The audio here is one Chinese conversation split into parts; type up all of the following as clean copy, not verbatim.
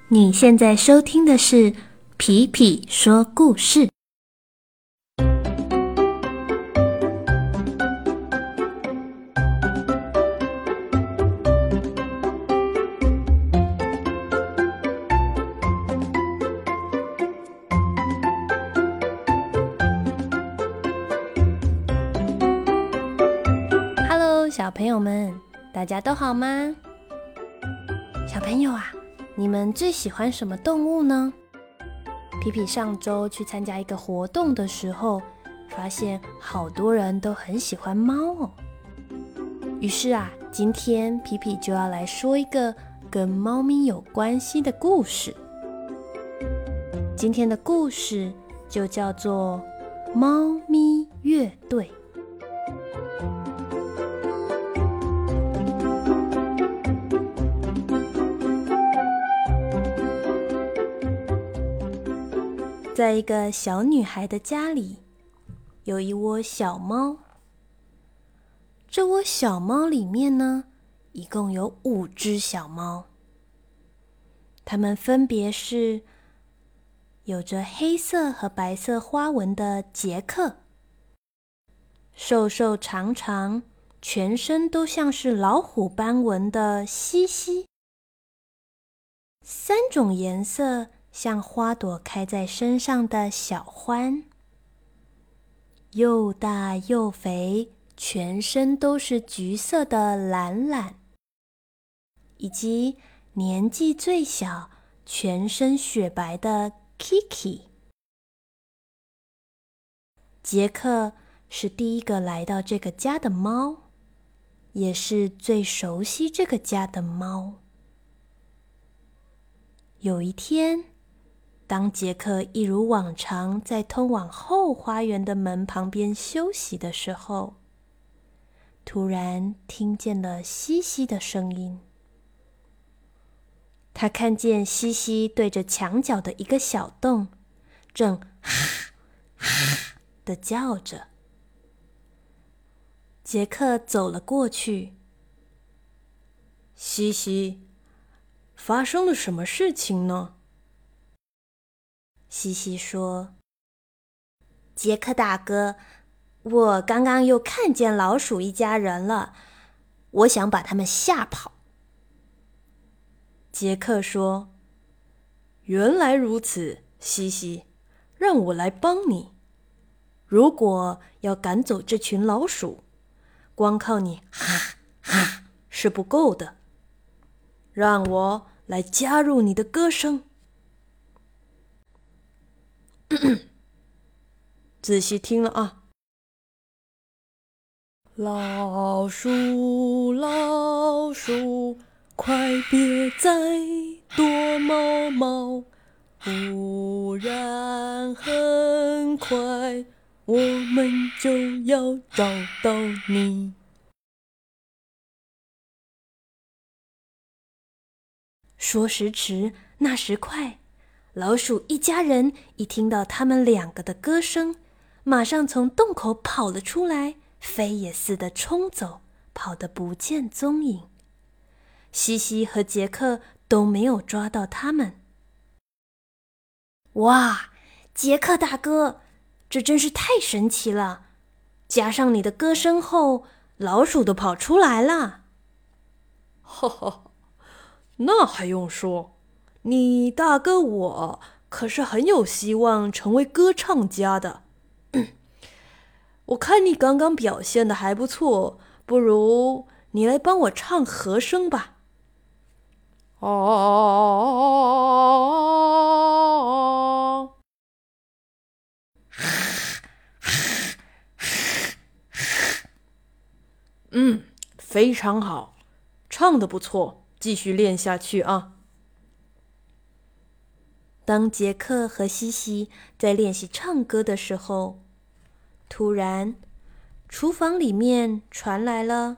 你现在收听的是皮皮说故事。Hello， 小朋友们，大家都好吗？小朋友啊，你们最喜欢什么动物呢？皮皮上周去参加一个活动的时候，发现好多人都很喜欢猫哦。于是啊，今天皮皮就要来说一个跟猫咪有关系的故事。今天的故事就叫做《猫咪乐队》。在一个小女孩的家里，有一窝小猫。这窝小猫里面呢，一共有5只小猫。它们分别是有着黑色和白色花纹的杰克，瘦瘦长长，全身都像是老虎斑纹的西西，3种颜色像花朵开在身上的小欢，又大又肥，全身都是橘色的懒懒，以及年纪最小，全身雪白的 Kiki。 杰克是第一个来到这个家的猫，也是最熟悉这个家的猫。有一天，当杰克一如往常在通往后花园的门旁边休息的时候，突然听见了西西的声音。他看见西西对着墙角的一个小洞，正哈哈地叫着。杰克走了过去。 西西，发生了什么事情呢？ 西西说：杰克大哥，我刚刚又看见老鼠一家人了，我想把他们吓跑。 杰克说：原来如此，西西，让我来帮你。如果要赶走这群老鼠，光靠你哈哈是不够的，让我来加入你的歌声。仔细听了啊！老鼠，老鼠，快别再躲猫猫，不然很快我们就要找到你。 说时迟，那时快，老鼠一家人一听到他们2个的歌声，马上从洞口跑了出来，飞也似的冲走，跑得不见踪影。西西和杰克都没有抓到他们。哇，杰克大哥，这真是太神奇了！加上你的歌声后，老鼠都跑出来了。 哈哈，那还用说，你大哥我可是很有希望成为歌唱家的。我看你刚刚表现得还不错，不如你来帮我唱和声吧。非常好，唱得不错，继续练下去啊。 当杰克和西西在练习唱歌的时候，突然厨房里面传来了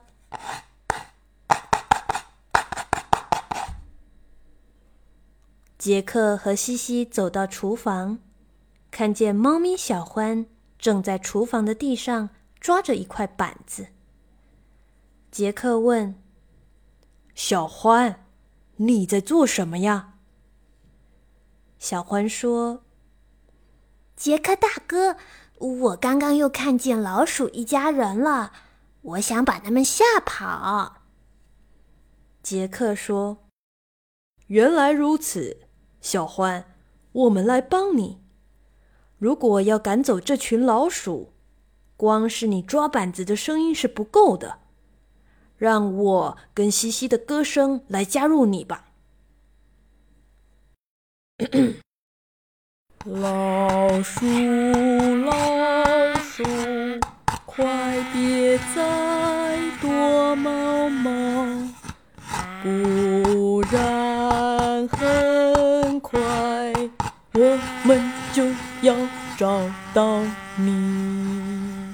杰克和西西走到厨房，看见猫咪小欢正在厨房的地上抓着一块板子。杰克问：小欢，你在做什么呀？ 小欢说：“ 杰克大哥，我刚刚又看见老鼠一家人了，我想把他们吓跑。” 杰克说：“原来如此，小欢，我们来帮你。如果要赶走这群老鼠，光是你抓板子的声音是不够的，让我跟西西的歌声来加入你吧。”老鼠，老鼠，快别再躲猫猫，不然很快我们就要找到你。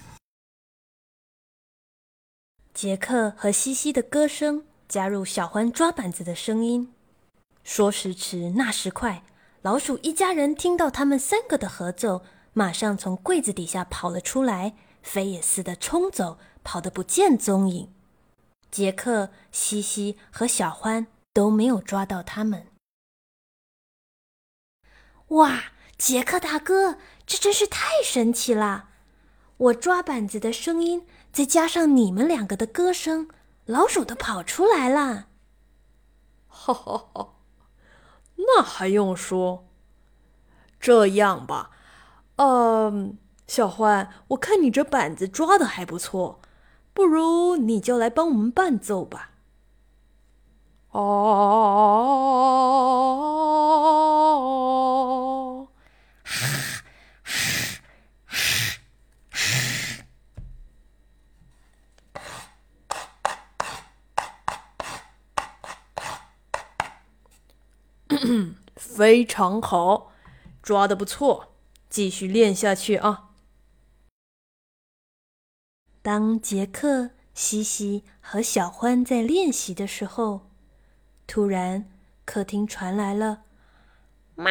杰克和西西的歌声加入小欢抓板子的声音。说时迟，那时快，老鼠一家人听到他们3个的合奏，马上从柜子底下跑了出来，飞也似的冲走，跑得不见踪影。杰克、西西和小欢都没有抓到他们。 哇，杰克大哥，这真是太神奇了！我抓板子的声音，再加上你们2个的歌声，老鼠都跑出来了。 哈哈哈，那还用说？这样吧，小欢，我看你这板子抓的还不错，不如你就来帮我们伴奏吧。哦，非常好，抓得不错，继续练下去啊。当杰克、西西和小欢在练习的时候，突然客厅传来了喵。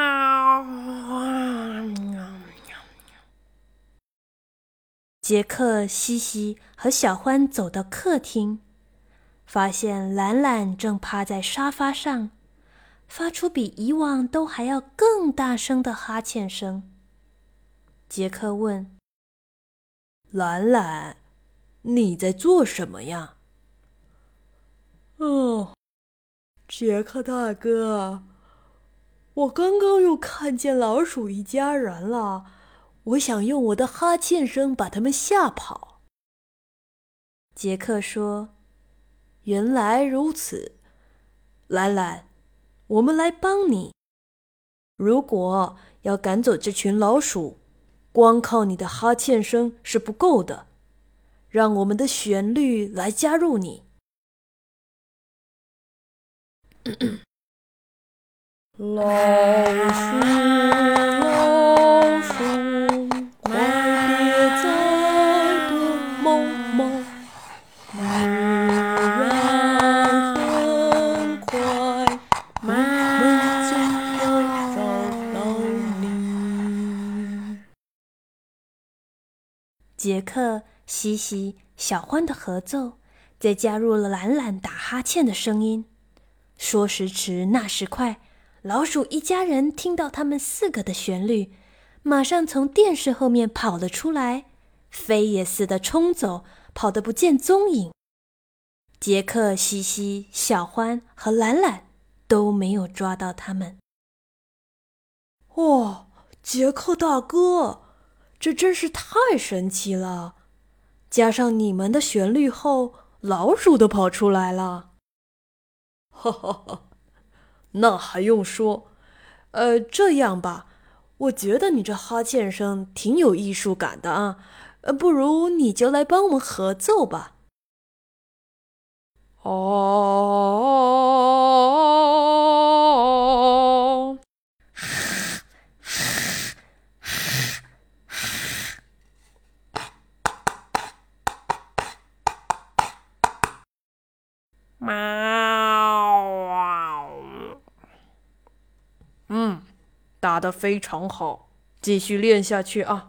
杰克、西西和小欢走到客厅，发现懒懒正趴在沙发上，发出比以往都还要更大声的哈欠声。杰克问：“懒懒，你在做什么呀？”“哦，杰克大哥，我刚刚又看见老鼠一家人了，我想用我的哈欠声把他们吓跑。”杰克说：“原来如此，懒懒，我们来帮你。如果要赶走这群老鼠，光靠你的哈欠声是不够的，让我们的旋律来加入你。”老鼠，老鼠，快别再躲猫猫，不然很快我们就要找到你。杰克、西西、小欢的合奏，再加入了懒懒打哈欠的声音。说时迟，那时快，老鼠一家人听到他们4个的旋律，马上从电视后面跑了出来，飞也似的冲走，跑得不见踪影。杰克、西西、小欢和懒懒都没有抓到他们。哇，杰克大哥，这真是太神奇了！加上你们的旋律后，老鼠都跑出来了。哈哈哈，那还用说？这样吧，我觉得你这哈欠声挺有艺术感的啊，不如你就来帮我们合奏吧。哦，打得非常好，继续练下去啊。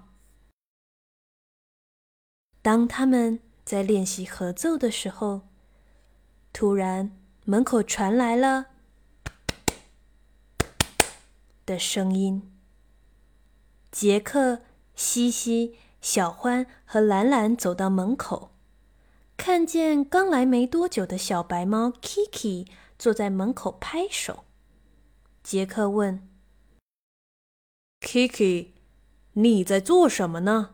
当他们在练习合奏的时候，突然门口传来了的声音。杰克、西西、小欢和兰兰走到门口，看见刚来没多久的小白猫 Kiki 坐在门口拍手。杰克问 Kiki， 你在做什么呢？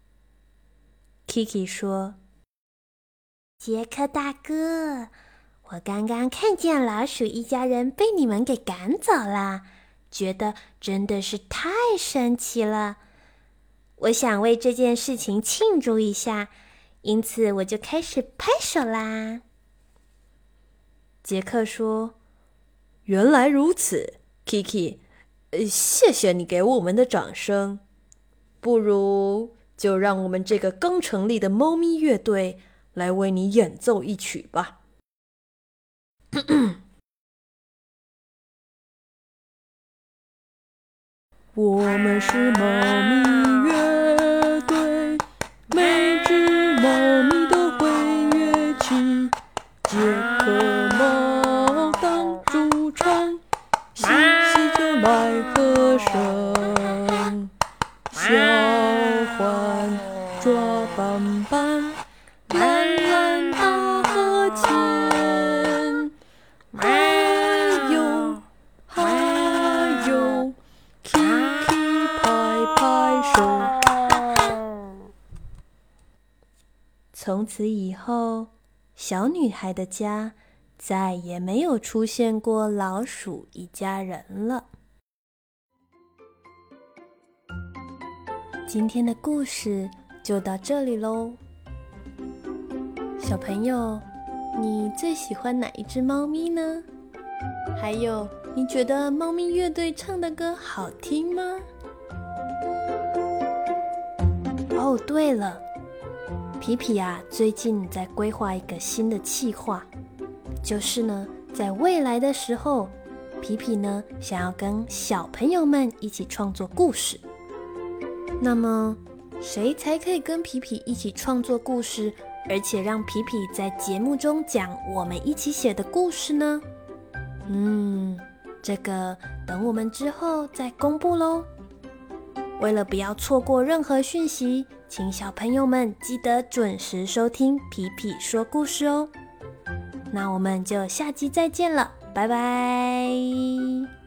Kiki 说， 杰克大哥，我刚刚看见老鼠一家人被你们给赶走了，觉得真的是太神奇了。我想为这件事情庆祝一下，因此我就开始拍手啦。 杰克说， 原来如此 ，Kiki， 谢谢你给我们的掌声。不如就让我们这个刚成立的猫咪乐队来为你演奏一曲吧。我们是猫咪乐队，每只猫咪都会乐器，杰克猫当主唱，西西就来和声，小欢抓板板，兰兰打和弦，还有Kiki 拍拍手。 从此以后，小女孩的家再也没有出现过老鼠一家人了。今天的故事就到这里咯。小朋友，你最喜欢哪一只猫咪呢？还有，你觉得猫咪乐队唱的歌好听吗？哦，对了，皮皮啊，最近在规划一个新的企划，就是呢，在未来的时候，皮皮呢想要跟小朋友们一起创作故事。那么，谁才可以跟皮皮一起创作故事，而且让皮皮在节目中讲我们一起写的故事呢？这个等我们之后再公布咯。为了不要错过任何讯息，请小朋友们记得准时收听皮皮说故事哦。那我们就下集再见了，拜拜。